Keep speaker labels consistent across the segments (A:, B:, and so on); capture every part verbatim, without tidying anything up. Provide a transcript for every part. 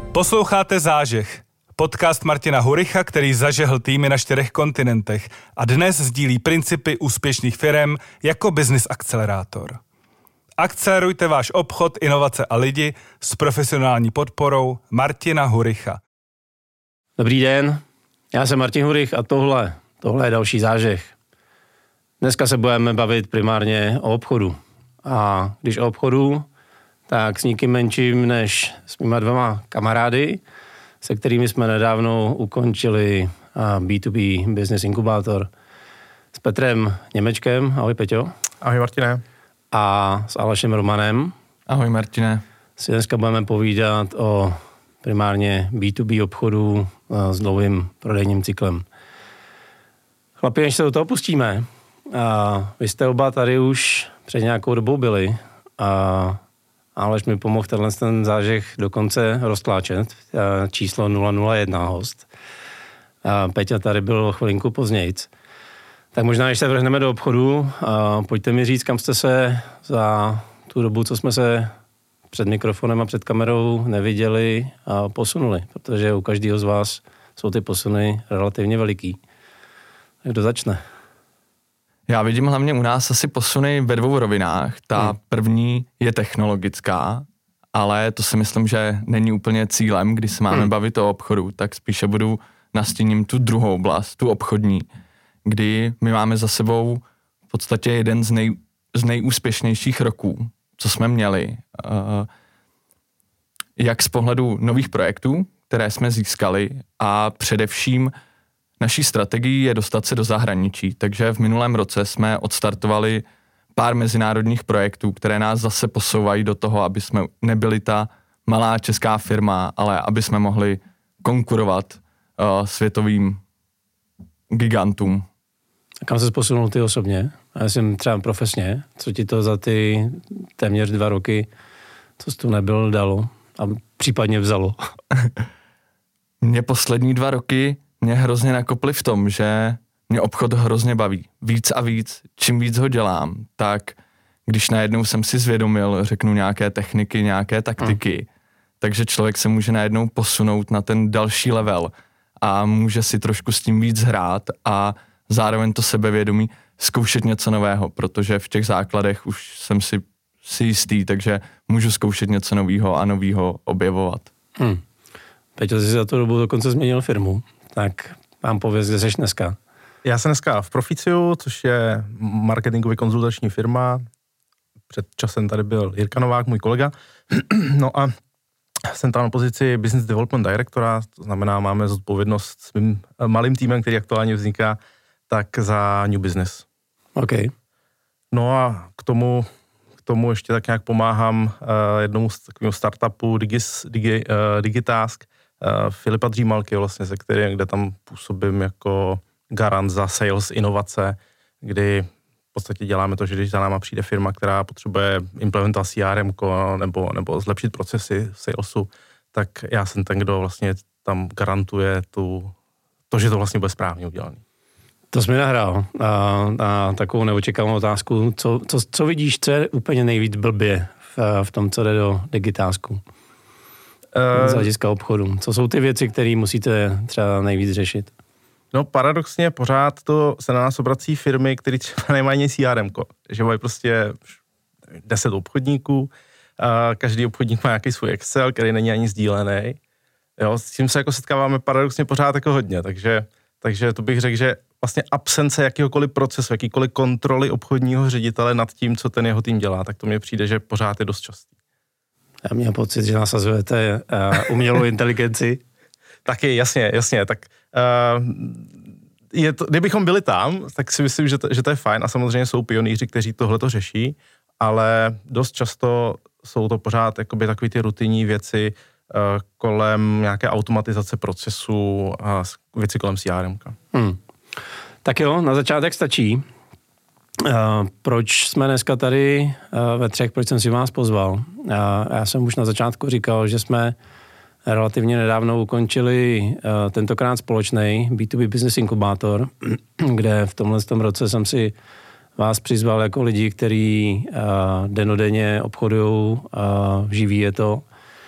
A: Posloucháte Zážeh, podcast Martina Huricha, který zažehl týmy na čtyřech kontinentech a dnes sdílí principy úspěšných firem jako business akcelerátor. Akcelerujte váš obchod, inovace a lidi s profesionální podporou Martina Huricha.
B: Dobrý den, já jsem Martin Hurich a tohle, tohle je další Zážeh. Dneska se budeme bavit primárně o obchodu. A když o obchodu, tak s nikým menším než s mýma dvěma kamarády, se kterými jsme nedávno ukončili bé dvě bé Business Inkubátor. S Petrem Němečkem, ahoj Peťo.
C: Ahoj Martine.
B: A s Alešem Romanem.
D: Ahoj Martine.
B: Si dneska budeme povídat o primárně bé dvě bé obchodu s dlouhým prodejním cyklem. Chlapi, než se do toho pustíme, a vy jste oba tady už před nějakou dobou byli a Aleš mi pomohl tenhle ten zážeh dokonce rozkláčet, číslo nula nula jedna host. A Peťa tady byl chvilinku pozdějc. Tak možná, když se vrhneme do obchodu, a pojďte mi říct, kam jste se za tu dobu, co jsme se před mikrofonem a před kamerou neviděli a posunuli, protože u každého z vás jsou ty posuny relativně veliký. Tak kdo začne?
D: Já vidím hlavně u nás asi posuny ve dvou rovinách. Ta hmm. první je technologická, ale to si myslím, že není úplně cílem, když se máme hmm. bavit o obchodu, tak spíše budu nastíním tu druhou oblast, tu obchodní, kdy my máme za sebou v podstatě jeden z, nej, z nejúspěšnějších roků, co jsme měli. Uh, jak z pohledu nových projektů, které jsme získali, a především naší strategií je dostat se do zahraničí, takže v minulém roce jsme odstartovali pár mezinárodních projektů, které nás zase posouvají do toho, aby jsme nebyli ta malá česká firma, ale aby jsme mohli konkurovat uh, světovým gigantům.
B: A kam se posunul ty osobně? Já jsem třeba profesně, co ti to za ty téměř dva roky, co jsi tu nebyl, dalo a případně vzalo?
D: Mě poslední dva roky mě hrozně nakopli v tom, že mě obchod hrozně baví. Víc a víc, čím víc ho dělám, tak když najednou jsem si zvědomil, řeknu nějaké techniky, nějaké taktiky, hmm. takže člověk se může najednou posunout na ten další level a může si trošku s tím víc hrát a zároveň to sebevědomí zkoušet něco nového, protože v těch základech už jsem si, si jistý, takže můžu zkoušet něco nového a nového objevovat.
B: Hmm. Peťo, jsi za tu dobu dokonce změnil firmu. Tak mám pověz, kde jsi dneska?
C: Já jsem dneska v Proficiu, což je marketingově konzultační firma. Před časem tady byl Jirka Novák, můj kolega. No a jsem tam na pozici Business Development Directora, to znamená, máme zodpovědnost s mým malým týmem, který aktuálně vzniká, tak za New Business.
B: OK.
C: No a k tomu, k tomu ještě tak nějak pomáhám uh, jednomu z takového startupu Digis, Digi, uh, Digitask, Uh, Filipa Dřímalky vlastně, se kterým, kde tam působím jako garant za sales inovace, kdy v podstatě děláme to, že když za náma přijde firma, která potřebuje implementovat C R M nebo, nebo zlepšit procesy salesu, tak já jsem ten, kdo vlastně tam garantuje tu, to, že to vlastně bude správně udělané.
B: To jsi mi nahrál a, a takovou neočekávanou otázku. Co, co, co vidíš, co je úplně nejvíc blbě v, v tom, co jde do Digitásku? Z hlediska obchodu. Co jsou ty věci, které musíte třeba nejvíc řešit?
C: No paradoxně pořád to se na nás obrací firmy, které třeba nemají ani C R M ko, že mají prostě deset obchodníků, a každý obchodník má nějaký svůj Excel, který není ani sdílený. Jo, s tím se jako setkáváme paradoxně pořád jako hodně, takže, takže to bych řekl, že vlastně absence jakýhokoliv procesu, jakýkoliv kontroly obchodního ředitele nad tím, co ten jeho tým dělá, tak to mně přijde, že pořád je dost častý.
B: Já měl pocit, že nasazujete uh, umělou inteligenci.
C: Taky, jasně, jasně. Tak, uh, je to, kdybychom byli tam, tak si myslím, že to, že to je fajn a samozřejmě jsou pionýři, kteří tohle to řeší, ale dost často jsou to pořád jakoby takový ty rutinní věci uh, kolem nějaké automatizace procesu a věci kolem C R M ka.
B: Hmm. Tak jo, na začátek stačí. Uh, proč jsme dneska tady uh, ve třech, proč jsem si vás pozval? Uh, já jsem už na začátku říkal, že jsme relativně nedávno ukončili uh, tentokrát společný bé dvě bé Business Inkubátor, kde v tomhle tom roce jsem si vás přizval jako lidi, kteří uh, denodenně obchodují, uh, živí je to.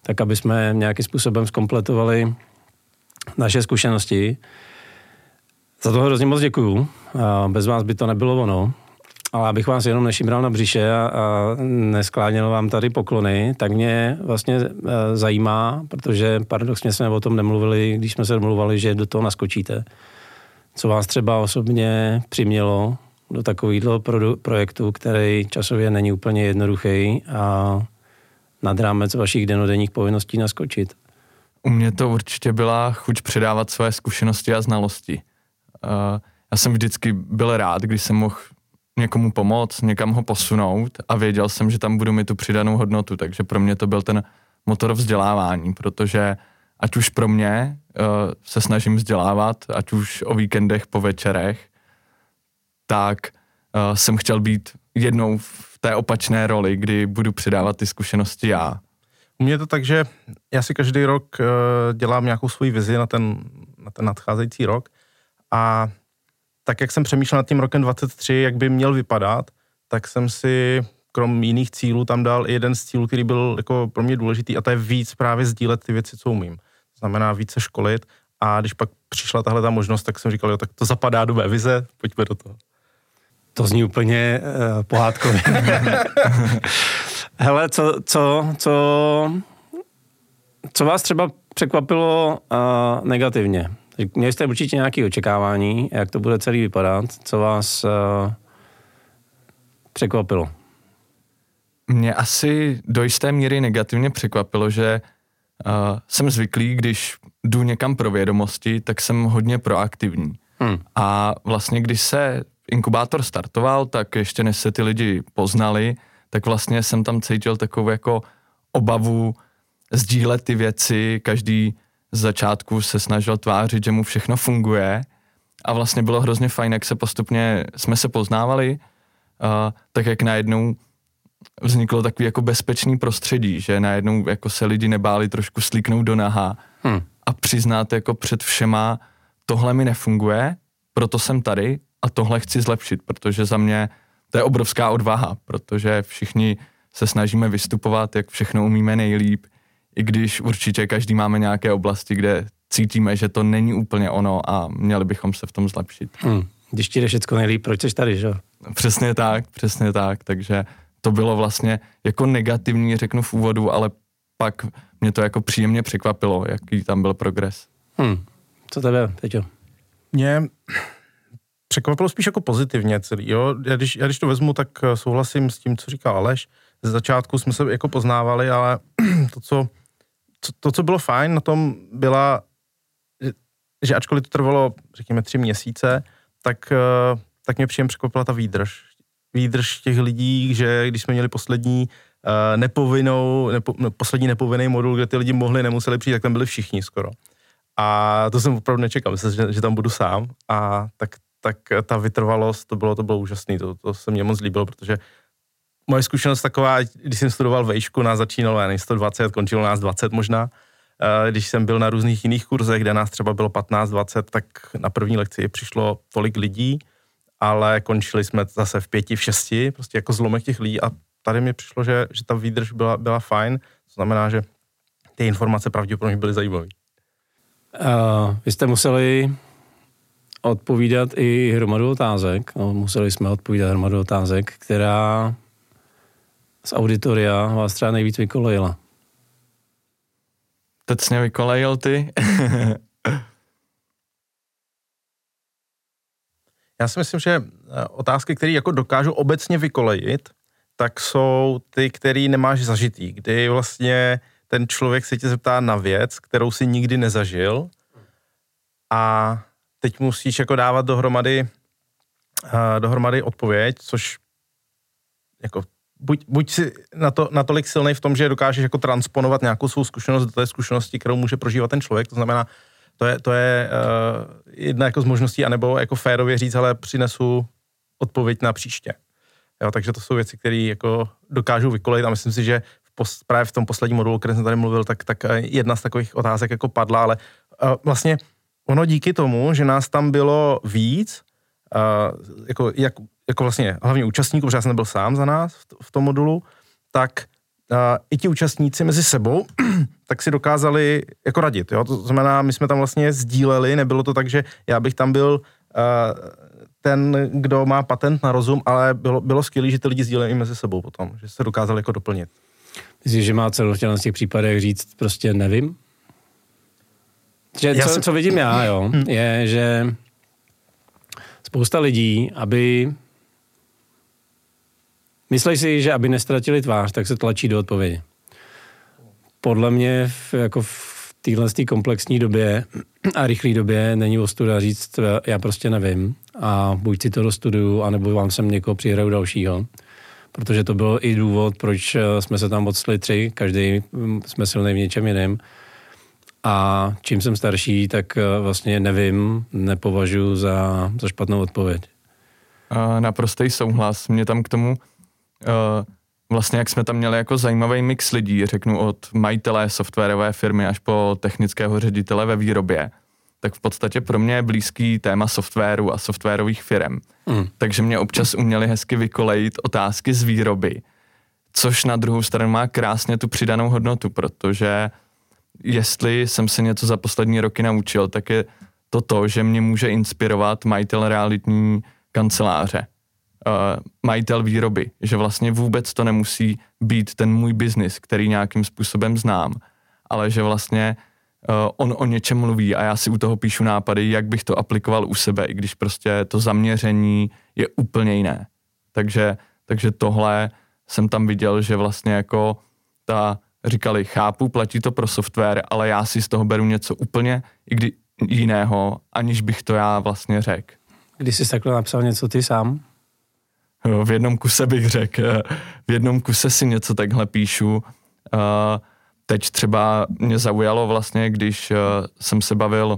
B: tak aby jsme nějakým způsobem zkompletovali naše zkušenosti. Za toho hrozně moc děkuju. Bez vás by to nebylo ono. Ale abych vás jenom nešimral na břiše a, a neskláněl vám tady poklony, tak mě vlastně e, zajímá, protože paradoxně jsme o tom nemluvili, když jsme se domluvali, že do toho naskočíte. Co vás třeba osobně přimělo do takového produ- projektu, který časově není úplně jednoduchý a nad rámec vašich dennodenních povinností naskočit?
D: U mě to určitě byla chuť předávat své zkušenosti a znalosti. Uh, já jsem vždycky byl rád, když jsem mohl někomu pomoct, někam ho posunout a věděl jsem, že tam budu mít tu přidanou hodnotu, takže pro mě to byl ten motor vzdělávání, protože ať už pro mě uh, se snažím vzdělávat, ať už o víkendech, po večerech, tak uh, jsem chtěl být jednou v té opačné roli, kdy budu předávat ty zkušenosti já.
C: U mě je to tak, že já si každý rok uh, dělám nějakou svoji vizi na ten, na ten nadcházející rok a tak, jak jsem přemýšlel nad tím rokem dvacet tři, jak by měl vypadat, tak jsem si krom jiných cílů tam dal i jeden z cílů, který byl jako pro mě důležitý a to je víc právě sdílet ty věci, co umím. To znamená více školit a když pak přišla tahle ta možnost, tak jsem říkal, jo, tak to zapadá do mé vize, pojďme do toho.
B: To zní úplně uh, pohádkově. Hele, co, co, co, co vás třeba překvapilo uh, negativně? Měli jste určitě nějaké očekávání, jak to bude celý vypadat, co vás uh, překvapilo?
D: Mě asi do jisté míry negativně překvapilo, že uh, jsem zvyklý, když jdu někam pro vědomosti, tak jsem hodně proaktivní. Hmm. A vlastně, když se inkubátor startoval, tak ještě než se ty lidi poznali, tak vlastně jsem tam cítil takovou jako obavu sdílet ty věci, každý z začátku se snažil tvářit, že mu všechno funguje a vlastně bylo hrozně fajn, jak se postupně jsme se poznávali, uh, tak jak najednou vzniklo takový jako bezpečný prostředí, že najednou jako se lidi nebáli trošku slíknout do naha hmm. a přiznat jako před všema, tohle mi nefunguje, proto jsem tady a tohle chci zlepšit, protože za mě to je obrovská odvaha, protože všichni se snažíme vystupovat, jak všechno umíme nejlíp, i když určitě každý máme nějaké oblasti, kde cítíme, že to není úplně ono a měli bychom se v tom zlepšit.
B: Hmm. Když ti jde všecko nejlíp, proč jsi tady, že?
D: Přesně tak, přesně tak, takže to bylo vlastně jako negativní, řeknu v úvodu, ale pak mě to jako příjemně překvapilo, jaký tam byl progres.
B: Hmm. Co tebe, Peťo?
C: Mě překvapilo spíš jako pozitivně celý, jo. Já když, já když to vezmu, tak souhlasím s tím, co říkal Aleš. Ze začátku jsme se jako poznávali, ale to, co, co, to, co bylo fajn na tom, byla, že, že ačkoliv to trvalo, řekněme, tři měsíce, tak, tak mě příjem překvapila ta výdrž. Výdrž těch lidí, že když jsme měli poslední uh, nepovinnou, nepo, no, poslední nepovinný modul, kde ty lidi mohli, nemuseli přijít, tak tam byli všichni skoro. A to jsem opravdu nečekal, myslím, že, že tam budu sám. A tak, tak ta vytrvalost, to bylo, to bylo úžasné, to, to se mně moc líbilo, protože moje zkušenost taková, když jsem studoval vejšku, nás začínalo jen sto dvacet, končilo nás dvacet možná. Když jsem byl na různých jiných kurzech, kde nás třeba bylo patnáct dvacet, tak na první lekci přišlo tolik lidí, ale končili jsme zase v pěti, v šesti, prostě jako zlomek těch lidí a tady mi přišlo, že, že ta výdrž byla, byla fajn, to znamená, že ty informace pravděpodobně byly zajímavé.
B: Uh, vy jste museli odpovídat i hromadu otázek, no, museli jsme odpovídat hromadu otázek, která z auditoria vás třeba nejvíc vykolejila.
D: Teď jsi mě vykolejil ty.
C: Já si myslím, že otázky, které jako dokážu obecně vykolejit, tak jsou ty, které nemáš zažitý, kdy vlastně ten člověk se tě zeptá na věc, kterou si nikdy nezažil a teď musíš jako dávat dohromady, dohromady odpověď, což jako buď, buď si na to, natolik silnej v tom, že dokážeš jako transponovat nějakou svou zkušenost do té zkušenosti, kterou může prožívat ten člověk, to znamená, to je, to je uh, jedna jako z možností, anebo jako férově říct, ale přinesu odpověď na příště. Jo, takže to jsou věci, které jako dokážu vykolejit a myslím si, že v pos, právě v tom posledním modulu, o kterém jsem tady mluvil, tak, tak jedna z takových otázek jako padla, ale uh, vlastně ono díky tomu, že nás tam bylo víc, uh, jako, jak, jako vlastně hlavně účastníků, protože já jsem nebyl sám za nás v, v tom modulu, tak uh, i ti účastníci mezi sebou tak si dokázali jako radit. Jo? To znamená, my jsme tam vlastně sdíleli, nebylo to tak, že já bych tam byl uh, ten, kdo má patent na rozum, ale bylo, bylo skvělé, že ty lidi sdíleli i mezi sebou potom, že se dokázali jako doplnit.
B: Myslíš, že má cenu v těch případech říct prostě nevím? Že co, si... co vidím já, jo, hmm. je, že spousta lidí, aby myslí si, že aby nestratili tvář, tak se tlačí do odpovědi. Podle mě v, jako v téhle komplexní době a rychlé době není ostuda říct, já prostě nevím a buď si to dostuduju, anebo vám sem někoho přihraju dalšího. Protože to byl i důvod, proč jsme se tam odstli tři, každý jsme silný v něčem jiném. A čím jsem starší, tak vlastně nevím, nepovažuji za, za špatnou odpověď.
D: Uh, naprostý souhlas. Mě tam k tomu, uh, vlastně jak jsme tam měli jako zajímavý mix lidí, řeknu od majitele softwarové firmy až po technického ředitele ve výrobě, tak v podstatě pro mě je blízký téma softwaru a softwarových firm. Mm. Takže mě občas uměli hezky vykolejit otázky z výroby, což na druhou stranu má krásně tu přidanou hodnotu, protože jestli jsem se něco za poslední roky naučil, tak je to to, že mě může inspirovat majitel realitní kanceláře, uh, majitel výroby, že vlastně vůbec to nemusí být ten můj biznis, který nějakým způsobem znám, ale že vlastně uh, on o něčem mluví a já si u toho píšu nápady, jak bych to aplikoval u sebe, i když prostě to zaměření je úplně jiné. Takže, takže tohle jsem tam viděl, že vlastně jako ta říkali, chápu, platí to pro software, ale já si z toho beru něco úplně i kdy jiného, aniž bych to já vlastně řekl.
B: Když jsi takhle napsal něco ty sám?
D: Jo, v jednom kuse bych řekl. V jednom kuse si něco takhle píšu. Teď třeba mě zaujalo vlastně, když jsem se bavil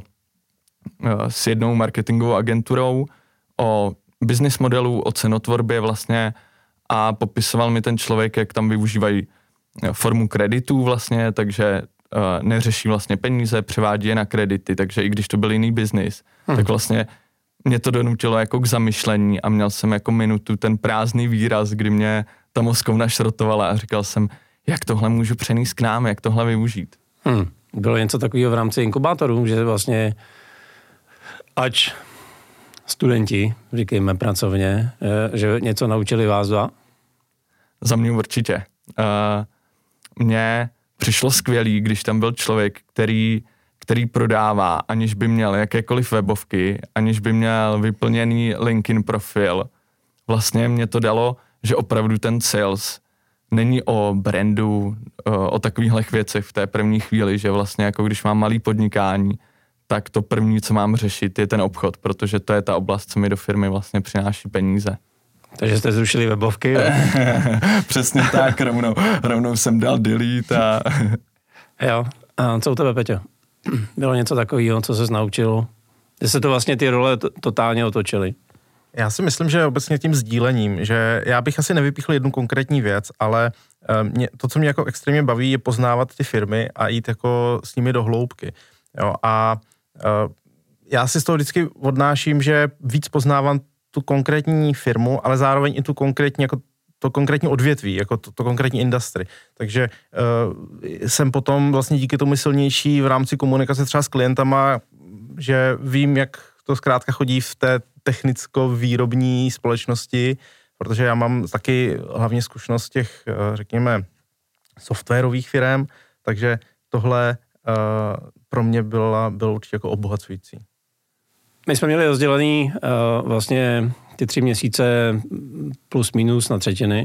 D: s jednou marketingovou agenturou o business modelu, o cenotvorbě vlastně a popisoval mi ten člověk, jak tam využívají formu kreditů vlastně, takže uh, neřeší vlastně peníze, převádí je na kredity, takže i když to byl jiný biznis, hmm. tak vlastně mě to donutilo jako k zamyšlení a měl jsem jako minutu ten prázdný výraz, kdy mě ta mozkovna šrotovala a říkal jsem, jak tohle můžu přenést k nám, jak tohle využít.
B: Hmm. Bylo něco takového v rámci inkubátorů, že vlastně ač studenti, říkejme pracovně, že něco naučili vás dva?
D: Za mě určitě. Uh, Mně přišlo skvělý, když tam byl člověk, který, který prodává, aniž by měl jakékoliv webovky, aniž by měl vyplněný LinkedIn profil. Vlastně mě to dalo, že opravdu ten sales není o brandu, o takovýchhle věcech v té první chvíli, že vlastně jako když mám malý podnikání, tak to první, co mám řešit, je ten obchod, protože to je ta oblast, co mi do firmy vlastně přináší peníze.
B: Takže jste zrušili webovky, jo?
D: Přesně tak, rovnou, rovnou jsem dal delete a...
B: Jo, a co u tebe, Peťo? Bylo něco takového, co ses naučil? Že se to vlastně ty role t- totálně otočily?
C: Já si myslím, že obecně tím sdílením, že já bych asi nevypíchl jednu konkrétní věc, ale mě, to, co mě jako extrémně baví, je poznávat ty firmy a jít jako s nimi do hloubky. Jo, a uh, já si z toho vždycky odnáším, že víc poznávám tu konkrétní firmu, ale zároveň i tu konkrétní, jako to konkrétní odvětví, jako to, to konkrétní industry. Takže uh, jsem potom vlastně díky tomu silnější v rámci komunikace třeba s klientama, že vím, jak to zkrátka chodí v té technicko-výrobní společnosti, protože já mám taky hlavně zkušenost těch, řekněme, softwarových firm, takže tohle uh, pro mě byla, bylo určitě jako obohacující.
B: My jsme měli rozdělený uh, vlastně ty tři měsíce plus minus na třetiny.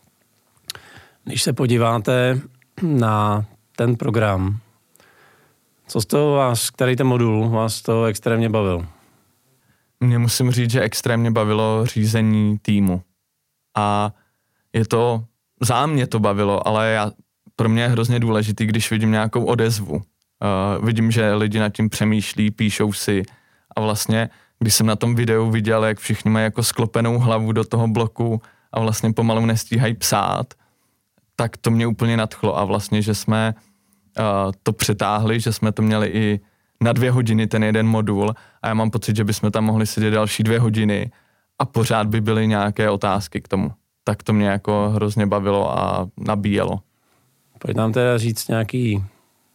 B: Když se podíváte na ten program, co z toho vás, který ten modul vás to extrémně bavil?
D: Mě musím říct, že extrémně bavilo řízení týmu. A je to, za mě to bavilo, ale já, pro mě je hrozně důležitý, když vidím nějakou odezvu. Uh, vidím, že lidi nad tím přemýšlí, píšou si a vlastně, když jsem na tom videu viděl, jak všichni mají jako sklopenou hlavu do toho bloku a vlastně pomalu nestíhají psát, tak to mě úplně nadchlo a vlastně, že jsme uh, to přetáhli, že jsme to měli i na dvě hodiny ten jeden modul a já mám pocit, že bychom tam mohli sedět další dvě hodiny a pořád by byly nějaké otázky k tomu. Tak to mě jako hrozně bavilo a nabíjelo.
B: Pojď nám teda říct nějaký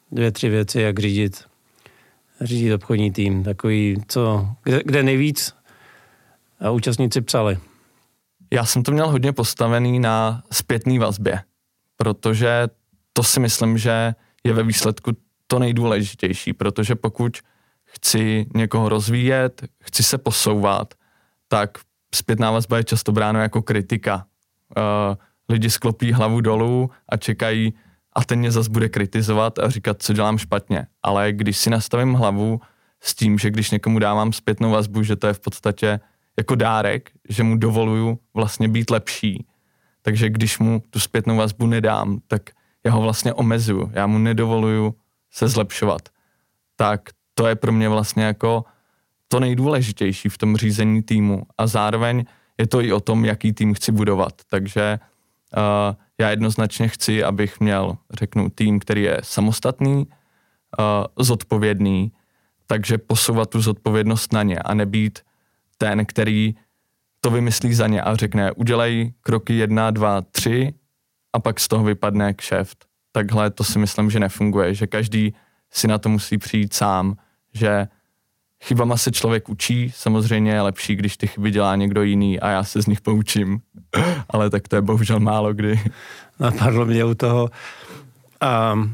B: dvě, tři věci, jak řídit, řídit obchodní tým. Takový, co, kde, kde nejvíc účastníci psali.
D: Já jsem to měl hodně postavený na zpětné vazbě, protože to si myslím, že je ve výsledku to nejdůležitější, protože pokud chci někoho rozvíjet, chci se posouvat, tak zpětná vazba je často bráno jako kritika. Uh, lidi sklopí hlavu dolů a čekají, a ten mě zase bude kritizovat a říkat, co dělám špatně. Ale když si nastavím hlavu s tím, že když někomu dávám zpětnou vazbu, že to je v podstatě jako dárek, že mu dovoluju vlastně být lepší, takže když mu tu zpětnou vazbu nedám, tak já ho vlastně omezuju, já mu nedovoluju se zlepšovat. Tak to je pro mě vlastně jako to nejdůležitější v tom řízení týmu a zároveň je to i o tom, jaký tým chci budovat. Takže uh, já jednoznačně chci, abych měl, řeknu, tým, který je samostatný, uh, zodpovědný, takže posouvat tu zodpovědnost na ně a nebýt ten, který to vymyslí za ně a řekne, udělej kroky jedna, dva, tři a pak z toho vypadne kšeft. Takhle to si myslím, že nefunguje, že každý si na to musí přijít sám, že chybama se člověk učí, samozřejmě je lepší, když ty chyby dělá někdo jiný a já se z nich poučím, ale tak to je bohužel málo kdy.
B: Napadlo mě u toho, um,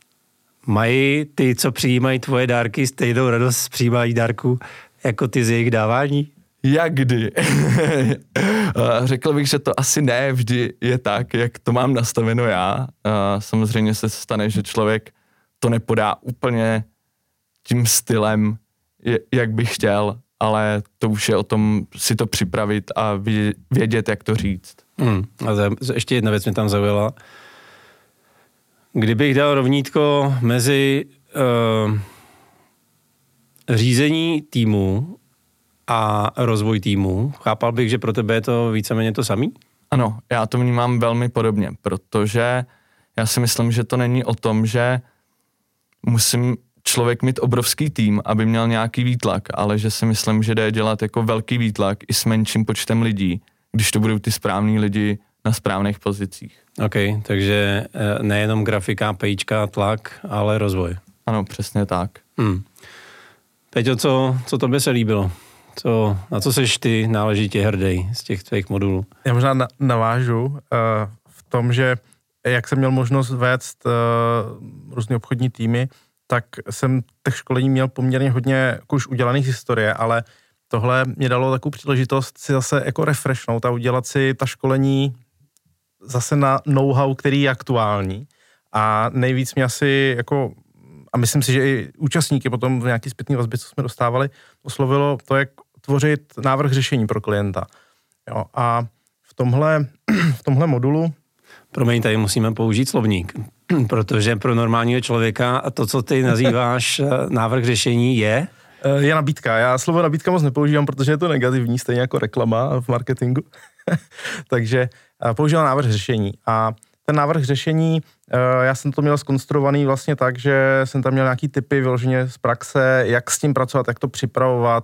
B: mají ty, co přijímají tvoje dárky, stejnou radost z přijímání dárku, jako ty z jejich dávání?
D: Jak kdy? Řekl bych, že to asi ne vždy je tak, jak to mám nastaveno já. Samozřejmě se stane, že člověk to nepodá úplně tím stylem, jak bych chtěl, ale to už je o tom si to připravit a vědět, jak to říct.
B: Hmm. A ještě jedna věc mě tam zaujala. Kdybych dal rovnítko mezi uh, řízení týmu a rozvoj týmu, chápal bych, že pro tebe je to víceméně to samý?
D: Ano, já to vnímám velmi podobně, protože já si myslím, že to není o tom, že musím člověk mít obrovský tým, aby měl nějaký výtlak, ale že si myslím, že jde dělat jako velký výtlak i s menším počtem lidí, když to budou ty správní lidi na správných pozicích.
B: OK, takže nejenom grafika, péčka, tlak, ale rozvoj.
D: Ano, přesně tak.
B: Hmm. Peťo, co, co tobě se líbilo? Co, na co seš ty náležitě hrdý z těch tvých modulů?
C: Já možná na, navážu uh, v tom, že jak jsem měl možnost vést uh, různé obchodní týmy, tak jsem těch školení měl poměrně hodně jako už udělaných historie, ale tohle mě dalo takovou příležitost si zase jako refreshnout a udělat si ta školení zase na know-how, který je aktuální. A nejvíc mě asi jako, a myslím si, že i účastníky potom v nějaký zpětný vazbě, co jsme dostávali, oslovilo to, jak tvořit návrh řešení pro klienta. Jo, a v tomhle, v tomhle modulu...
B: Promiň, tady musíme použít slovník, protože pro normálního člověka a to, co ty nazýváš návrh řešení, je...
C: Je nabídka. Já slovo nabídka moc nepoužívám, protože je to negativní, stejně jako reklama v marketingu. Takže používám návrh řešení. A ten návrh řešení, já jsem to měl zkonstruovaný vlastně tak, že jsem tam měl nějaký tipy vyloženě z praxe, jak s tím pracovat, jak to připravovat,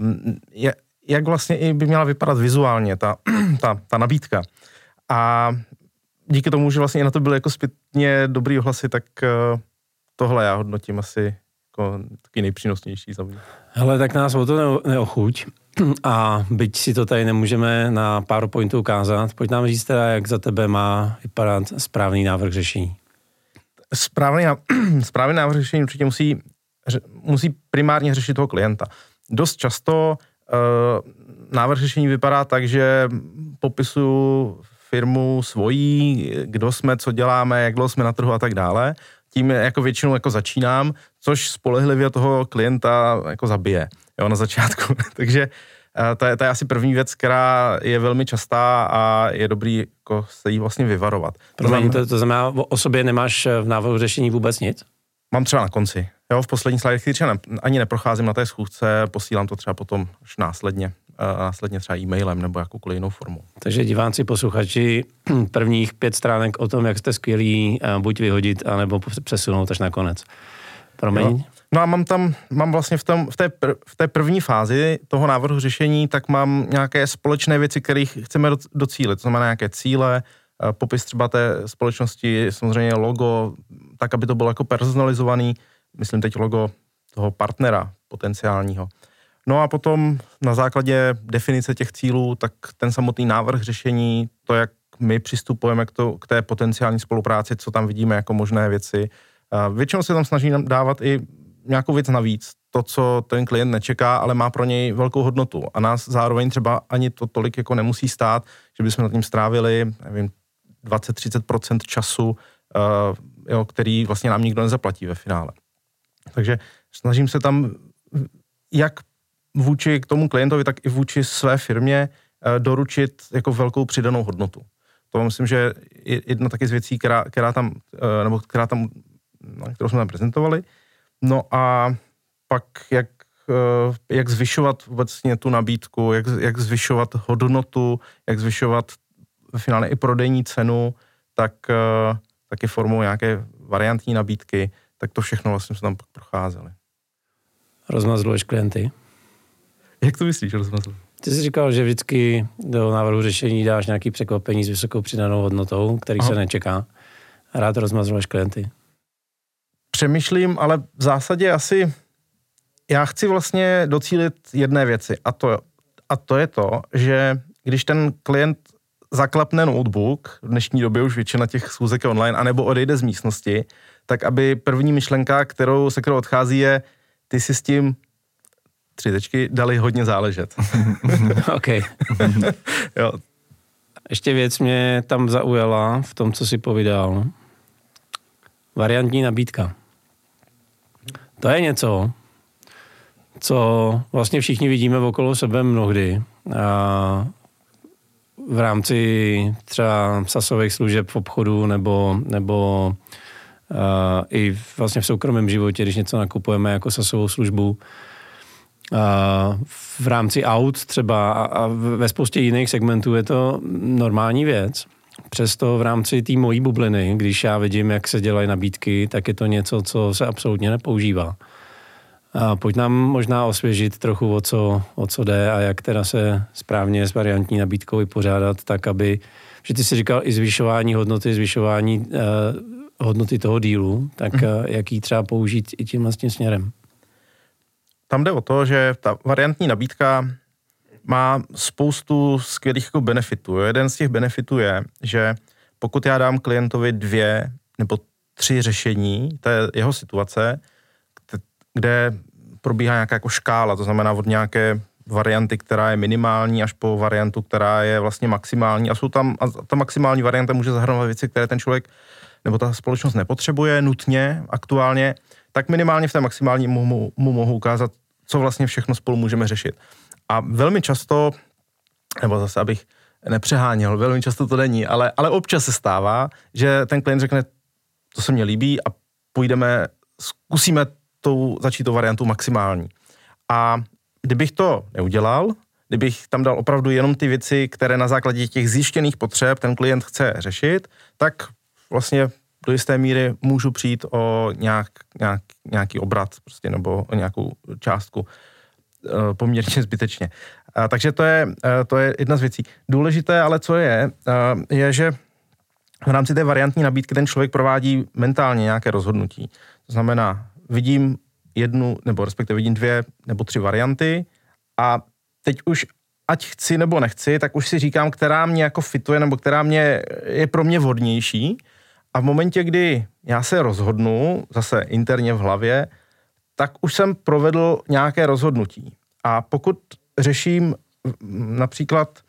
C: jak vlastně i by měla vypadat vizuálně ta, ta, ta nabídka. A díky tomu, že vlastně i na to byly jako zpětně dobrý ohlasy, tak tohle já hodnotím asi jako taky nejpřínosnější za mě.
B: Hele, tak nás o to neochuť a byť si to tady nemůžeme na PowerPointu ukázat, pojď nám říct teda, jak za tebe má vypadat správný návrh řešení.
C: Správný, správný návrh řešení určitě musí, musí primárně řešit toho klienta. Dost často uh, návrh řešení vypadá tak, že popisuju firmu svojí, kdo jsme, co děláme, jak dlouho jsme na trhu a tak dále. Tím jako většinou jako začínám, což spolehlivě toho klienta jako zabije, jo, na začátku. Takže to je, to je asi první věc, která je velmi častá a je dobrý jako se jí vlastně vyvarovat.
B: Promiň, to, to znamená, o sobě nemáš v návrhu řešení vůbec nic?
C: Mám třeba na konci. Jo, v poslední slide, který třeba ne, ani neprocházím na té schůzce, posílám to třeba potom už následně, a následně třeba e-mailem nebo jakoukoliv jinou formou.
B: Takže diváci, posluchači, prvních pět stránek o tom, jak jste skvělí, buď vyhodit, anebo přesunout až na konec. Promiň. Jo.
C: No a mám tam, mám vlastně v, tom, v, té pr, v té první fázi toho návrhu řešení, tak mám nějaké společné věci, kterých chceme docílit. To znamená nějaké cíle, popis třeba té společnosti, samozřejmě logo, tak, aby to bylo jako personalizovaný, myslím teď logo toho partnera potenciálního. No a potom na základě definice těch cílů, tak ten samotný návrh řešení, to, jak my přistupujeme k, to, k té potenciální spolupráci, co tam vidíme jako možné věci. Většinou se tam snaží dávat i nějakou věc navíc, to, co ten klient nečeká, ale má pro něj velkou hodnotu. A nás zároveň třeba ani to tolik jako nemusí stát, že bychom nad tím strávili, nevím, dvacet až třicet procent času, uh, jo, který vlastně nám nikdo nezaplatí ve finále. Takže snažím se tam jak vůči k tomu klientovi, tak i vůči své firmě uh, doručit jako velkou přidanou hodnotu. To myslím, že je jedna taky z věcí, která, která tam, uh, nebo která tam, no, kterou jsme tam prezentovali. No a pak jak, uh, jak zvyšovat vlastně tu nabídku, jak, jak zvyšovat hodnotu, jak zvyšovat ve finále i prodejní cenu, tak uh, taky formou nějaké variantní nabídky, tak to všechno vlastně jsme tam pak procházeli.
B: Rozmazluješ klienty?
C: Jak to myslíš, rozmazlu?
B: Ty jsi říkal, že vždycky do návrhu řešení dáš nějaký překvapení s vysokou přidanou hodnotou, který Aha. se nečeká. Rád rozmazluješ klienty?
C: Přemýšlím, ale v zásadě asi já chci vlastně docílit jedné věci a to, a to je to, že když ten klient zaklapne notebook, v dnešní době už většina těch schůzek je online, anebo odejde z místnosti, tak aby první myšlenka, kterou, se kterou odchází, je ty si s tím tři tečky dali hodně záležet.
B: OK.
C: Jo.
B: Ještě věc mě tam zaujala v tom, co jsi povídal. Variantní nabídka. To je něco, co vlastně všichni vidíme okolo sebe mnohdy. A v rámci třeba sasových služeb v obchodu nebo, nebo uh, i vlastně v soukromém životě, když něco nakupujeme jako sasovou službu. Uh, v rámci aut třeba a, a ve spoustě jiných segmentů je to normální věc. Přesto v rámci té mojí bubliny, když já vidím, jak se dělají nabídky, tak je to něco, co se absolutně nepoužívá. A pojď nám možná osvěžit trochu, o co, o co jde a jak teda se správně s variantní nabídkou vypořádat, tak aby, že ty jsi říkal i zvyšování hodnoty, zvyšování eh, hodnoty toho dílu, tak mm. eh, jak ji třeba použít i tím vlastním směrem.
C: Tam jde o to, že ta variantní nabídka má spoustu skvělých jako benefitů. Jeden z těch benefitů je, že pokud já dám klientovi dvě nebo tři řešení té jeho situace, kde probíhá nějaká jako škála, to znamená od nějaké varianty, která je minimální, až po variantu, která je vlastně maximální. A jsou tam, a ta maximální varianta může zahrnovat věci, které ten člověk nebo ta společnost nepotřebuje nutně, aktuálně, tak minimálně v té maximální mu, mu, mu mohu ukázat, co vlastně všechno spolu můžeme řešit. A velmi často, nebo zase abych nepřeháněl, velmi často to není, ale, ale občas se stává, že ten klient řekne, to se mně líbí a půjdeme, zkusíme tou, začít tou variantu maximální. A kdybych to neudělal, kdybych tam dal opravdu jenom ty věci, které na základě těch zjištěných potřeb ten klient chce řešit, tak vlastně do jisté míry můžu přijít o nějak, nějak, nějaký obrat prostě, nebo o nějakou částku e, poměrně zbytečně. E, takže to je, e, to je jedna z věcí. Důležité ale co je, e, je, že v rámci té variantní nabídky ten člověk provádí mentálně nějaké rozhodnutí. To znamená, vidím jednu, nebo respektive vidím dvě nebo tři varianty a teď už ať chci nebo nechci, tak už si říkám, která mě jako fituje nebo která mě je pro mě vhodnější. A v momentě, kdy já se rozhodnu, zase interně v hlavě, tak už jsem provedl nějaké rozhodnutí. A pokud řeším například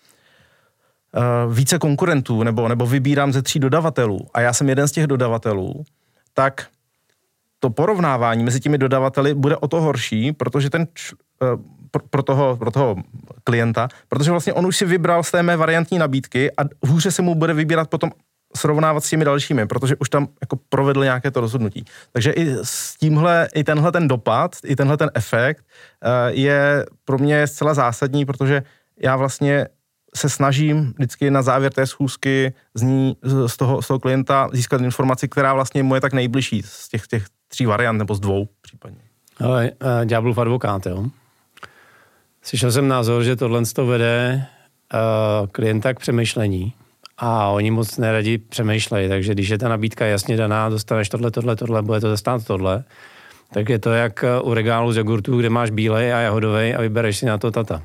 C: uh, více konkurentů nebo, nebo vybírám ze tří dodavatelů a já jsem jeden z těch dodavatelů, tak to porovnávání mezi těmi dodavateli bude o to horší, protože ten č, uh, pro, pro, toho, pro toho klienta, protože vlastně on už si vybral z té mé variantní nabídky a hůře se mu bude vybírat potom srovnávat s těmi dalšími, protože už tam jako provedl nějaké to rozhodnutí. Takže i s tímhle, i tenhle ten dopad, i tenhle ten efekt je pro mě zcela zásadní, protože já vlastně se snažím vždycky na závěr té schůzky z, ní, z, toho, z toho klienta získat informaci, která vlastně mu je tak nejbližší z těch, těch tří variant nebo z dvou případně.
B: Ale uh, ďáblův advokát, jo? Slyšel jsem názor, že tohle to vede uh, klienta k přemýšlení a oni moc neradi přemýšlejí, takže když je ta nabídka jasně daná, dostaneš tohle, tohle, tohle, bude to stát tohle, tak je to jak u regálu z jogurtů, kde máš bílej a jahodovej a vybereš si na to tata.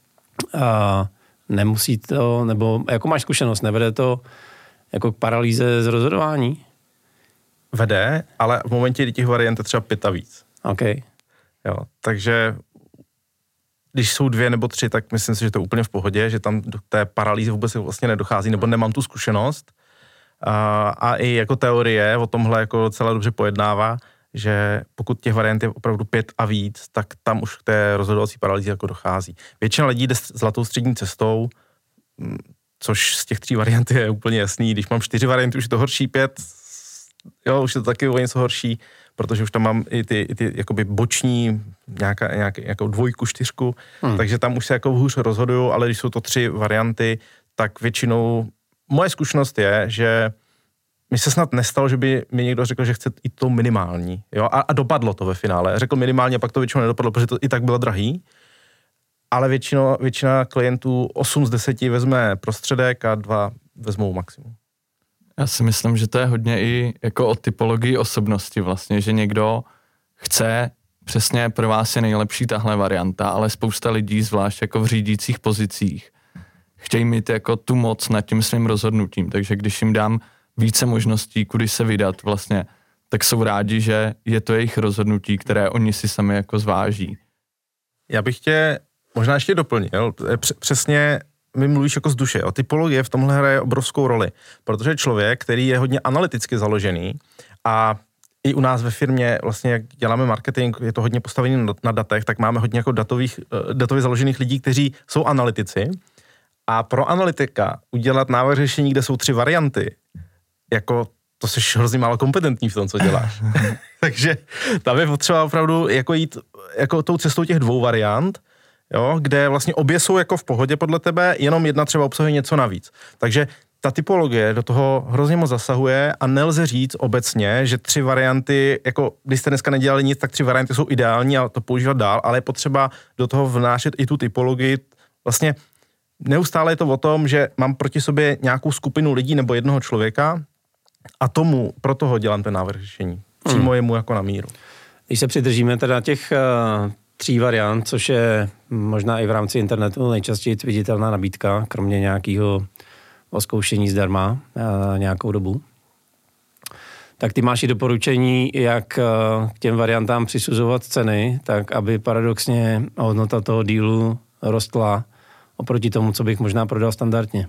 B: A nemusí to, nebo jako máš zkušenost, nevede to jako k paralýze z rozhodování?
C: Vede, ale v momentě, kdy těch variant je třeba pět a víc.
B: OK.
C: Jo, takže když jsou dvě nebo tři, tak myslím si, že to je úplně v pohodě, že tam do té paralýzy vůbec vlastně nedochází, nebo nemám tu zkušenost. A, a i jako teorie o tomhle jako celé dobře pojednává, že pokud těch variant je opravdu pět a víc, tak tam už k té rozhodovací paralýze jako dochází. Většina lidí jde zlatou střední cestou, což z těch tří variant je úplně jasný. Když mám čtyři varianty, už je to horší, pět, jo, už je to taky o něco horší, protože už tam mám i ty, i ty jakoby boční, nějaká, nějaká, nějakou dvojku, čtyřku, hmm. takže tam už se jako hůř rozhoduju, ale když jsou to tři varianty, tak většinou, moje zkušenost je, že mi se snad nestalo, že by mi někdo řekl, že chce i to minimální, jo, a, a dopadlo to ve finále. Řekl minimálně, a pak to většinou nedopadlo, protože to i tak bylo drahý, ale většinou, většina klientů osm z deseti vezme prostředek a dva vezmou maximum.
D: Já si myslím, že to je hodně i jako o typologii osobnosti vlastně, že někdo chce, přesně pro vás je nejlepší tahle varianta, ale spousta lidí, zvlášť jako v řídících pozicích, chtějí mít jako tu moc nad tím svým rozhodnutím, takže když jim dám více možností, kudy se vydat vlastně, tak jsou rádi, že je to jejich rozhodnutí, které oni si sami jako zváží.
C: Já bych tě možná ještě doplnil, přesně mi mluvíš jako z duše, jo. Typologie v tomhle hraje obrovskou roli, protože člověk, který je hodně analyticky založený a i u nás ve firmě, vlastně jak děláme marketing, je to hodně postavený na datech, tak máme hodně jako datových, datově založených lidí, kteří jsou analytici a pro analytika udělat návrh řešení, kde jsou tři varianty, jako to jsi hrozně málo kompetentní v tom, co děláš. Takže tam je potřeba opravdu jako jít jako tou cestou těch dvou variant, jo, kde vlastně obě jsou jako v pohodě podle tebe, jenom jedna třeba obsahuje něco navíc. Takže ta typologie do toho hrozně moc zasahuje a nelze říct obecně, že tři varianty, jako když jste dneska nedělali nic, tak tři varianty jsou ideální a to používat dál, ale je potřeba do toho vnášet i tu typologii. Vlastně neustále je to o tom, že mám proti sobě nějakou skupinu lidí nebo jednoho člověka a tomu, pro toho dělám ten návrh řešení. Přímo hmm. je mu jako na míru.
B: Když se přidržíme teda těch uh, tří variant, což je možná i v rámci internetu nejčastěji viditelná nabídka, kromě nějakého oskoušení zdarma uh, nějakou dobu, tak ty máš i doporučení, jak uh, k těm variantám přisuzovat ceny, tak aby paradoxně hodnota toho dílu rostla oproti tomu, co bych možná prodal standardně.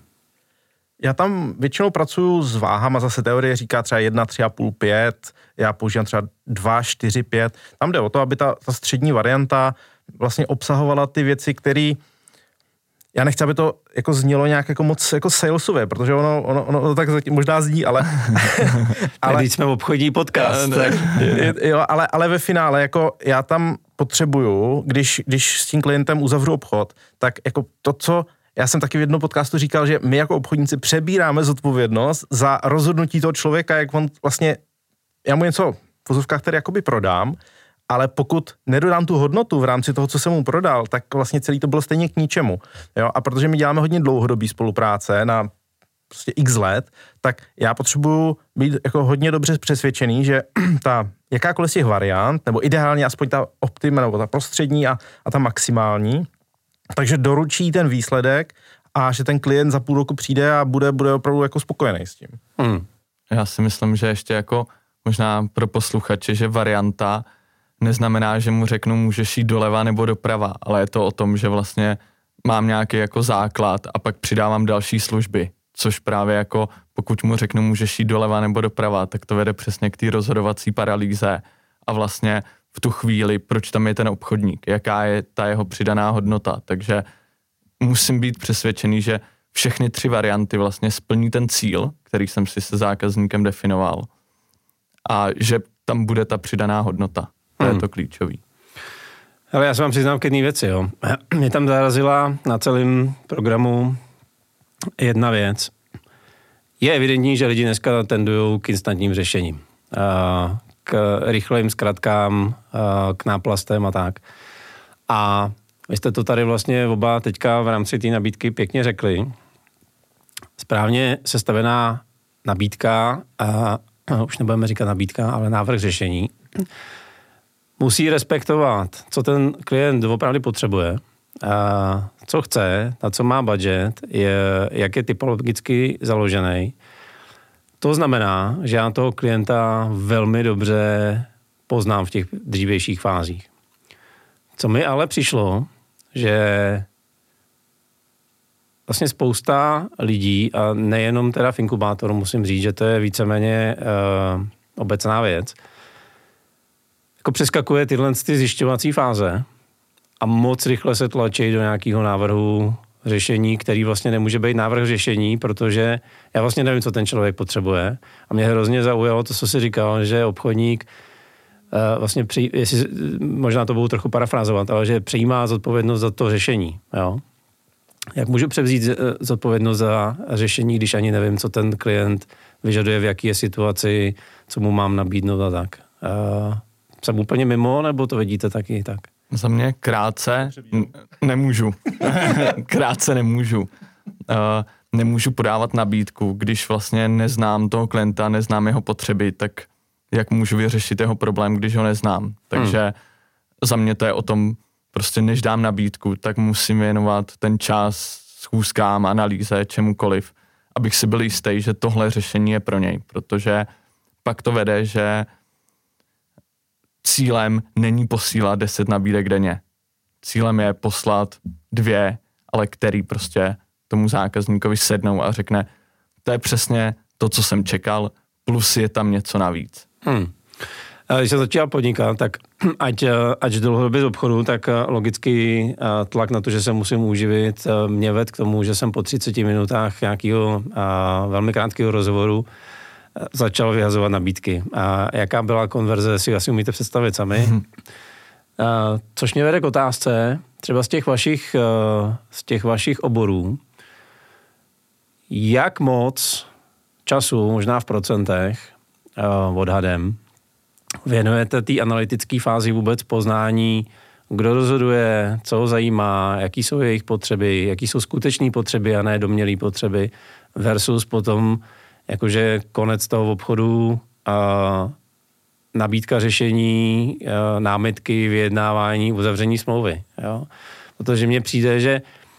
C: Já tam většinou pracuji s váhama, zase teorie říká třeba jedna, tři a půl, pět, já používám třeba dva, čtyři, pět. Tam jde o to, aby ta, ta střední varianta vlastně obsahovala ty věci, které, já nechci, aby to jako znělo nějak jako moc jako salesové, protože ono, ono, ono to tak možná zní, ale...
B: ale teď jsme v obchodní podcast. Tak.
C: jo, ale, ale ve finále, jako já tam potřebuju, když, když s tím klientem uzavřu obchod, tak jako to, co... Já jsem taky v jednom podcastu říkal, že my jako obchodníci přebíráme zodpovědnost za rozhodnutí toho člověka, jak on vlastně, já mu něco v vozovkách, které jakoby prodám, ale pokud nedodám tu hodnotu v rámci toho, co jsem mu prodal, tak vlastně celý to bylo stejně k ničemu. Jo? A protože my děláme hodně dlouhodobý spolupráce na prostě x let, tak já potřebuju být jako hodně dobře přesvědčený, že ta jakákoliv z těch variant, nebo ideálně aspoň ta optima, nebo ta prostřední a, a ta maximální, takže doručí ten výsledek a že ten klient za půl roku přijde a bude, bude opravdu jako spokojený s tím.
D: Hmm. Já si myslím, že ještě jako možná pro posluchače, že varianta neznamená, že mu řeknu, můžeš jít doleva nebo doprava, ale je to o tom, že vlastně mám nějaký jako základ a pak přidávám další služby, což právě jako pokud mu řeknu, můžeš jít doleva nebo doprava, tak to vede přesně k té rozhodovací paralýze a vlastně v tu chvíli, proč tam je ten obchodník, jaká je ta jeho přidaná hodnota, takže musím být přesvědčený, že všechny tři varianty vlastně splní ten cíl, který jsem si se zákazníkem definoval a že tam bude ta přidaná hodnota. To hmm. je to klíčový.
B: Ale já se vám přiznám k jedné věci, jo. Mě tam zarazila na celém programu jedna věc. Je evidentní, že lidi dneska tendují k instantním řešením. K rychlým zkratkám, k náplastem a tak. A vy jste to tady vlastně oba teďka v rámci té nabídky pěkně řekli. správně sestavená nabídka, a, a už nebudeme říkat nabídka, ale návrh řešení, musí respektovat, co ten klient opravdu potřebuje, a co chce, na co má budget, je, jak je typologicky založený. To znamená, že já toho klienta velmi dobře poznám v těch dřívějších fázích. Co mi ale přišlo, že vlastně spousta lidí, a nejenom teda v inkubátoru, musím říct, že to je víceméně uh, obecná věc, jako přeskakuje tyhle ty zjišťovací fáze a moc rychle se tlačí do nějakého návrhu řešení, který vlastně nemůže být návrh řešení, protože já vlastně nevím, co ten člověk potřebuje. A mě hrozně zaujalo to, co jsi říkal, že obchodník uh, vlastně, při, jestli, možná to budu trochu parafrázovat, ale že přijímá zodpovědnost za to řešení. Jo? Jak můžu převzít zodpovědnost za řešení, když ani nevím, co ten klient vyžaduje, v jaký je situaci, co mu mám nabídnout a tak. Uh, jsem úplně mimo, nebo to vidíte taky tak?
D: Za mě krátce n- nemůžu. krátce nemůžu. Uh, nemůžu podávat nabídku, když vlastně neznám toho klienta, neznám jeho potřeby, tak jak můžu vyřešit jeho problém, když ho neznám. Takže hmm. za mě to je o tom, prostě než dám nabídku, tak musím věnovat ten čas schůzkám, analýze, čemukoliv, abych si byl jistý, že tohle řešení je pro něj, protože pak to vede, že cílem není posílat deset nabídek denně. Cílem je poslat dvě, ale který prostě tomu zákazníkovi sednou a řekne, to je přesně to, co jsem čekal, plus je tam něco navíc.
B: Hmm. Když jsem začal podnikat, tak ať, ať dlouhodobě z obchodu, tak logicky tlak na to, že se musím uživit, mě ved k tomu, že jsem po třiceti minutách nějakého velmi krátkého rozhovoru začal vyhazovat nabídky. A jaká byla konverze, si asi umíte představit sami. Hmm. A, což mě vede k otázce, třeba z těch vašich, z těch vašich oborů, jak moc času, možná v procentech, odhadem, věnujete té analytické fázi vůbec poznání, kdo rozhoduje, co ho zajímá, jaký jsou jejich potřeby, jaký jsou skutečné potřeby a ne domnělé potřeby, versus potom jakože konec toho obchodu, a nabídka řešení, a námitky, vyjednávání, uzavření smlouvy. Jo? Protože mně přijde, že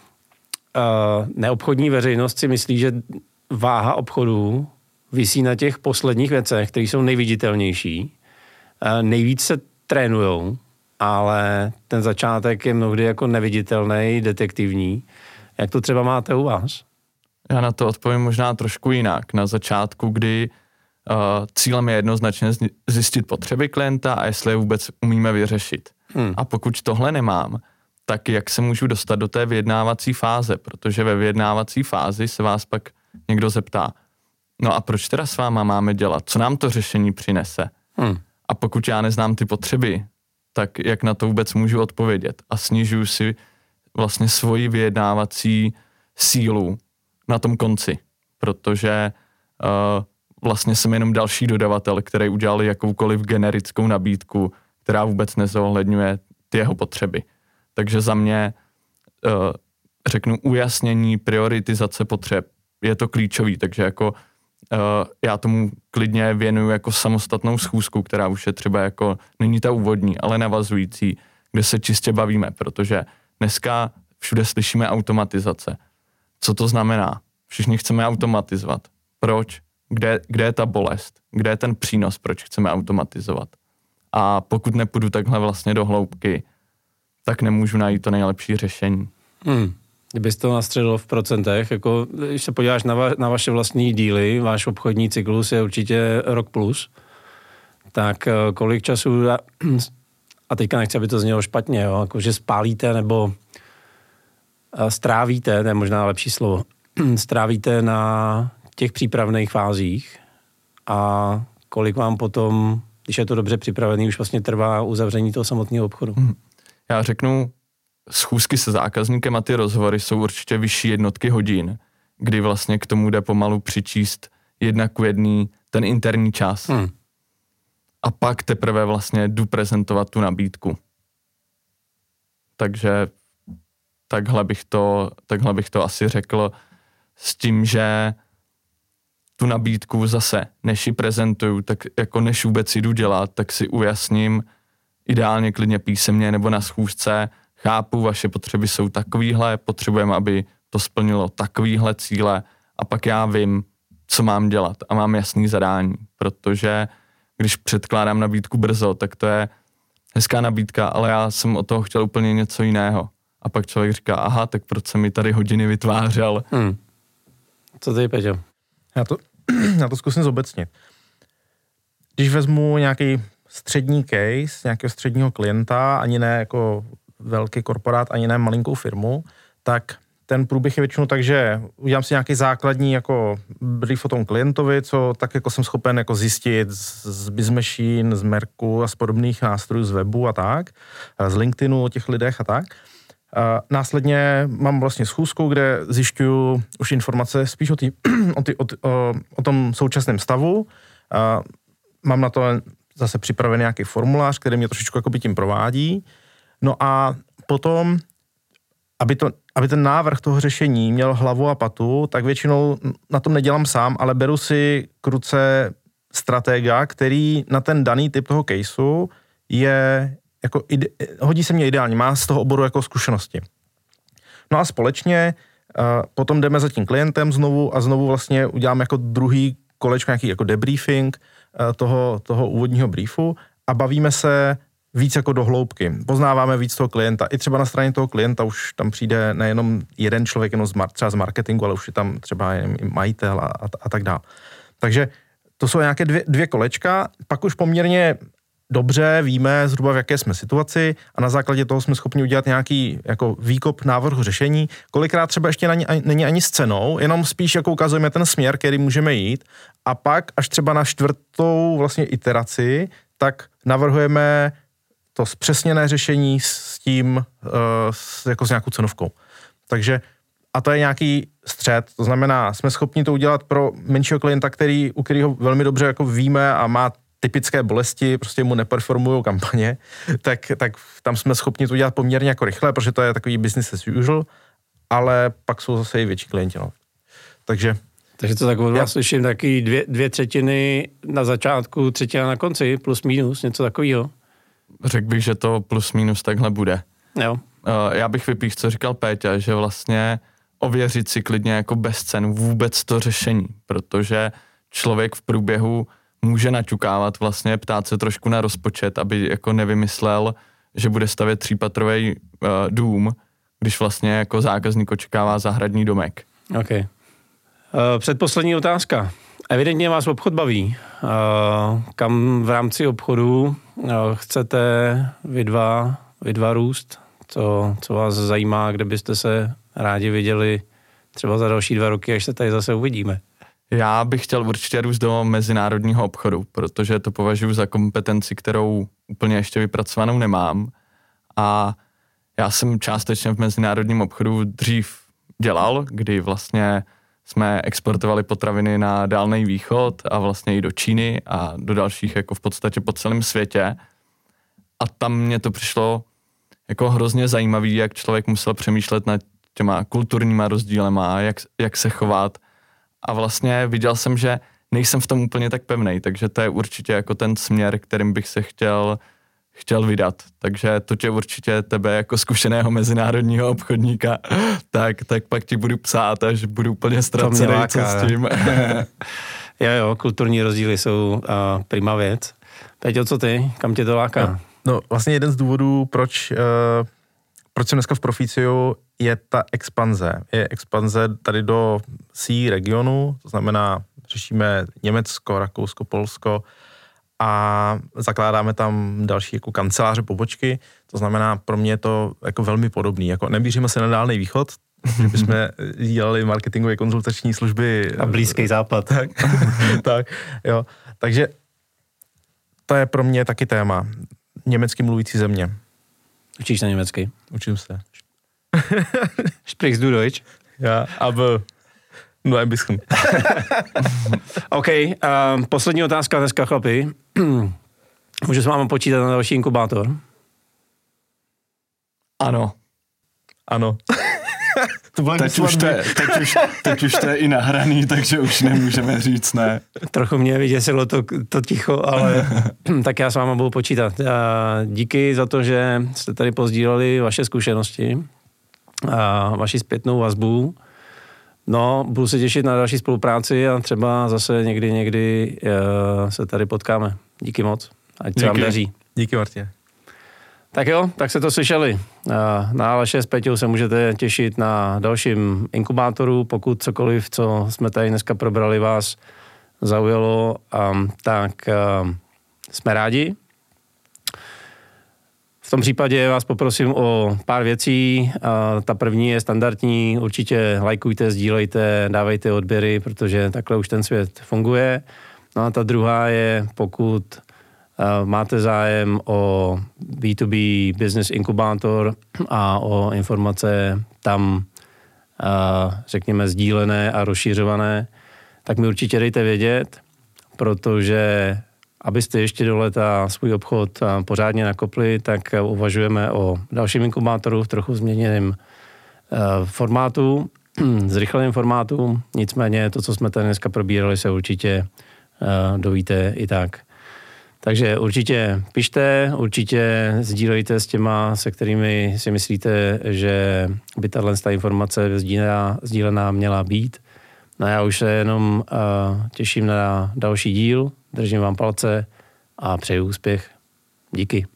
B: a neobchodní veřejnost si myslí, že váha obchodů visí na těch posledních věcech, které jsou nejviditelnější, a nejvíc se trénujou, ale ten začátek je mnohdy jako neviditelný, detektivní. Jak to třeba máte u vás?
D: Já na to odpovím možná trošku jinak. Na začátku, kdy uh, cílem je jednoznačně zjistit potřeby klienta a jestli je vůbec umíme vyřešit. Hmm. A pokud tohle nemám, tak jak se můžu dostat do té vyjednávací fáze? Protože ve vyjednávací fázi se vás pak někdo zeptá, no a proč teda s váma máme dělat? Co nám to řešení přinese? Hmm. A pokud já neznám ty potřeby, tak jak na to vůbec můžu odpovědět? A snižuju si vlastně svoji vyjednávací sílu na tom konci, protože uh, vlastně jsem jenom další dodavatel, který udělal jakoukoliv generickou nabídku, která vůbec nezohledňuje ty jeho potřeby. Takže za mě uh, řeknu ujasnění, prioritizace potřeb, je to klíčový, takže jako uh, já tomu klidně věnuju jako samostatnou schůzku, která už je třeba jako, není ta úvodní, ale navazující, kde se čistě bavíme, protože dneska všude slyšíme automatizace. Co to znamená? Všichni chceme automatizovat. Proč? Kde, kde je ta bolest? Kde je ten přínos, proč chceme automatizovat? A pokud nepůjdu takhle vlastně do hloubky, tak nemůžu najít to nejlepší řešení. Hmm.
B: Kdybys to nastřelil v procentech, jako když se podíváš na, va, na vaše vlastní díly, váš obchodní cyklus je určitě rok plus, tak kolik času, a teďka nechci, aby to znělo špatně, jo, jako že spálíte nebo strávíte, to je možná lepší slovo, strávíte na těch přípravných fázích a kolik vám potom, když je to dobře připravený, už vlastně trvá uzavření toho samotného obchodu. Hmm.
D: Já řeknu, schůzky se zákazníkem a ty rozhovory jsou určitě vyšší jednotky hodin, kdy vlastně k tomu jde pomalu přičíst jedna ku jedný ten interní čas. Hmm. A pak teprve vlastně jdu prezentovat tu nabídku. Takže takhle bych to, takhle bych to asi řekl. s tím, že tu nabídku zase, než ji prezentuju, tak jako než vůbec jdu dělat, tak si ujasním ideálně klidně písemně nebo na schůzce, chápu, vaše potřeby jsou takovýhle, potřebujeme, aby to splnilo takovýhle cíle a pak já vím, co mám dělat a mám jasný zadání, protože když předkládám nabídku brzo, tak to je hezká nabídka, ale já jsem od toho chtěl úplně něco jiného. A pak člověk říká, aha, tak proč jsem mi tady hodiny vytvářel?
B: Hmm. Co ty, Peťo?
C: Já to, já to zkusím zobecnit. Když vezmu nějaký střední case, nějakého středního klienta, ani ne jako velký korporát, ani ne malinkou firmu, tak ten průběh je většinou tak, že udělám si nějaký základní jako brief o tom klientovi, co tak jako jsem schopen jako zjistit z, z BizMachine, z Merku a z podobných nástrojů z webu a tak, z LinkedInu o těch lidech a tak. A následně mám vlastně schůzku, kde zjišťuju už informace spíš o, tý, o, tý, o, tý, o, o tom současném stavu. A mám na to zase připravený nějaký formulář, který mě trošičku jakoby tím provádí. No a potom, aby, to, aby ten návrh toho řešení měl hlavu a patu, tak většinou na tom nedělám sám, ale beru si k ruce stratega, který na ten daný typ toho caseu je jako ide, hodí se mě ideálně, má z toho oboru jako zkušenosti. No a společně uh, potom jdeme za tím klientem znovu a znovu vlastně uděláme jako druhý kolečko, nějaký jako debriefing uh, toho, toho úvodního briefu a bavíme se víc jako do hloubky. Poznáváme víc toho klienta. I třeba na straně toho klienta už tam přijde nejenom jeden člověk, jenom z, třeba z marketingu, ale už je tam třeba i majitel a, a, a tak dále. Takže to jsou nějaké dvě, dvě kolečka, pak už poměrně dobře víme zhruba, v jaké jsme situaci a na základě toho jsme schopni udělat nějaký jako výkop návrhu řešení. Kolikrát třeba ještě není, není ani s cenou, jenom spíš jako ukazujeme ten směr, který můžeme jít a pak až třeba na čtvrtou vlastně iteraci, tak navrhujeme to zpřesněné řešení s tím, s, jako s nějakou cenovkou. Takže a to je nějaký střed, to znamená, jsme schopni to udělat pro menšího klienta, který, u kterého velmi dobře jako víme a má typické bolesti, prostě mu neperformují kampaně, tak, tak tam jsme schopni to udělat poměrně jako rychle, protože to je takový business as usual, ale pak jsou zase i větší klienti. No. Takže
B: Takže to tak od vás slyším taky dvě, dvě třetiny na začátku, třetina na konci, plus minus, něco takového.
D: Řekl bych, že to plus minus takhle bude.
B: Jo.
D: Uh, já bych vypíchl, co říkal Péťa, že vlastně ověřit si klidně jako bez cen vůbec to řešení, protože člověk v průběhu může naťukávat vlastně, ptát se trošku na rozpočet, aby jako nevymyslel, že bude stavět třípatrový uh, dům, když vlastně jako zákazník očekává zahradní domek.
B: OK. Uh, předposlední otázka. Evidentně vás obchod baví. Uh, kam v rámci obchodu uh, chcete vy dva, vy dva růst? Co, co vás zajímá, kde byste se rádi viděli třeba za další dva roky, až se tady zase uvidíme?
D: Já bych chtěl určitě růst do mezinárodního obchodu, protože to považuji za kompetenci, kterou úplně ještě vypracovanou nemám. A já jsem částečně v mezinárodním obchodu dřív dělal, kdy vlastně jsme exportovali potraviny na Dálný východ a vlastně i do Číny a do dalších jako v podstatě po celém světě. A tam mě to přišlo jako hrozně zajímavý, jak člověk musel přemýšlet nad těma kulturníma rozdílema, jak, jak se chovat. A vlastně viděl jsem, že nejsem v tom úplně tak pevnej, takže to je určitě jako ten směr, kterým bych se chtěl, chtěl vydat. Takže to tě určitě tebe jako zkušeného mezinárodního obchodníka, tak, tak pak ti budu psát, až budu úplně ztracený, co s tím.
B: jo, jo, kulturní rozdíly jsou uh, prima věc. Peťo, co ty? Kam tě to láká?
C: No, no vlastně jeden z důvodů, proč, uh, proč jsem dneska v Proficiu, je ta expanze. Je expanze tady do C regionu, to znamená, řešíme Německo, Rakousko, Polsko a zakládáme tam další jako kanceláře, pobočky. To znamená, pro mě je to jako velmi podobný. Jako nemíříme se na Dálný východ, že bychom dělali marketingové konzultační služby.
B: A Blízký západ.
C: Tak, tak, jo. Takže to je pro mě taky téma. Německy mluvící země.
B: Učíš se německy?
C: Učím se.
B: Sprichst du Deutsch?
C: Ja, aber nur ein bisschen.
B: OK, um, poslední otázka dneska, chlapi. Můžu s vámi počítat na další inkubátor?
D: Ano.
C: Ano. To bylo
D: teď, už to je, teď, už, teď už to je i nahraný, takže už nemůžeme říct ne.
B: Trochu mě vyděsilo to, to ticho, ale tak já s váma budu počítat. A díky za to, že jste tady pozdíleli vaše zkušenosti a vaši zpětnou vazbu. No, budu se těšit na další spolupráci a třeba zase někdy, někdy se tady potkáme. Díky moc. Ať se vám daří.
C: Díky, Martine.
B: Tak jo, tak se to slyšeli. Na Aleše s Peťou se můžete těšit na dalším inkubátoru, pokud cokoliv, co jsme tady dneska probrali, vás zaujalo, tak jsme rádi. V tom případě vás poprosím o pár věcí. Ta první je standardní, určitě lajkujte, sdílejte, dávejte odběry, protože takhle už ten svět funguje. No a ta druhá je, pokud máte zájem o bé dvě bé business inkubátor a o informace tam, řekněme, sdílené a rozšířované, tak mi určitě dejte vědět, protože abyste ještě do léta svůj obchod pořádně nakopli, tak uvažujeme o dalším inkubátoru v trochu změněném formátu, zrychleném formátu. Nicméně to, co jsme tady dneska probírali, se určitě dovíte i tak. Takže určitě pište, určitě sdílejte s těma, se kterými si myslíte, že by tato informace sdílená, sdílená měla být. No já už se jenom uh, těším na další díl, držím vám palce a přeju úspěch. Díky.